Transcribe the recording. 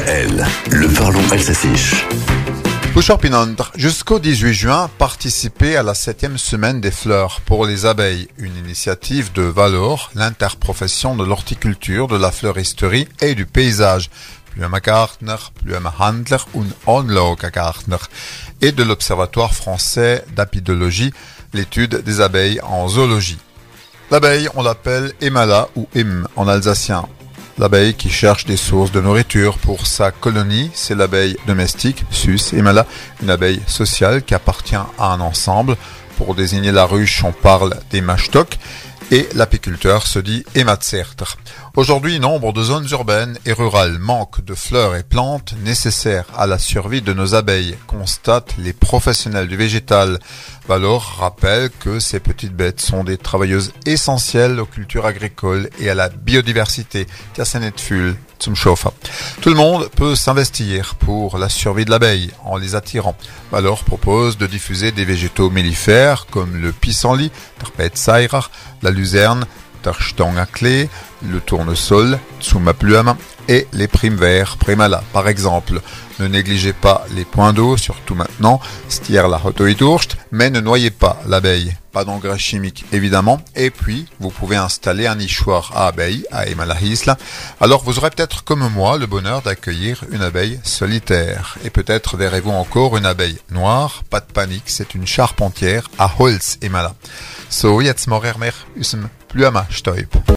DKL, le parlons alsacien. Jusqu'au 18 juin, participez à la 7e semaine des fleurs pour les abeilles, une initiative de Valor, l'interprofession de l'horticulture, de la fleuristerie et du paysage. Bloemengärtner, Bloemenhandler und Anlaugegärtner, et de l'Observatoire français d'apidologie, l'étude des abeilles en zoologie. L'abeille, on l'appelle Emala ou Im en alsacien. L'abeille qui cherche des sources de nourriture pour sa colonie, c'est l'abeille domestique, Sus Emala, une abeille sociale qui appartient à un ensemble. Pour désigner la ruche, on parle des machtok et l'apiculteur se dit Ematzerter. Aujourd'hui, nombre de zones urbaines et rurales manquent de fleurs et plantes nécessaires à la survie de nos abeilles, constatent les professionnels du végétal. Valor rappelle que ces petites bêtes sont des travailleuses essentielles aux cultures agricoles et à la biodiversité. Tout le monde peut s'investir pour la survie de l'abeille en les attirant. Valor propose de diffuser des végétaux mellifères comme le pissenlit, la luzerne, le tournesol, Tsumapluama, et les primes verts, Primala. Par exemple, ne négligez pas les points d'eau, surtout maintenant, stier la hotoidurst, mais ne noyez pas l'abeille. Pas d'engrais chimiques, évidemment. Et puis, vous pouvez installer un nichoir à abeilles, à Emalahisla. Alors, vous aurez peut-être, comme moi, le bonheur d'accueillir une abeille solitaire. Et peut-être verrez-vous encore une abeille noire. Pas de panique, c'est une charpentière à Holz Emala. So, jetzt morgen mehr usem Blumenstäub.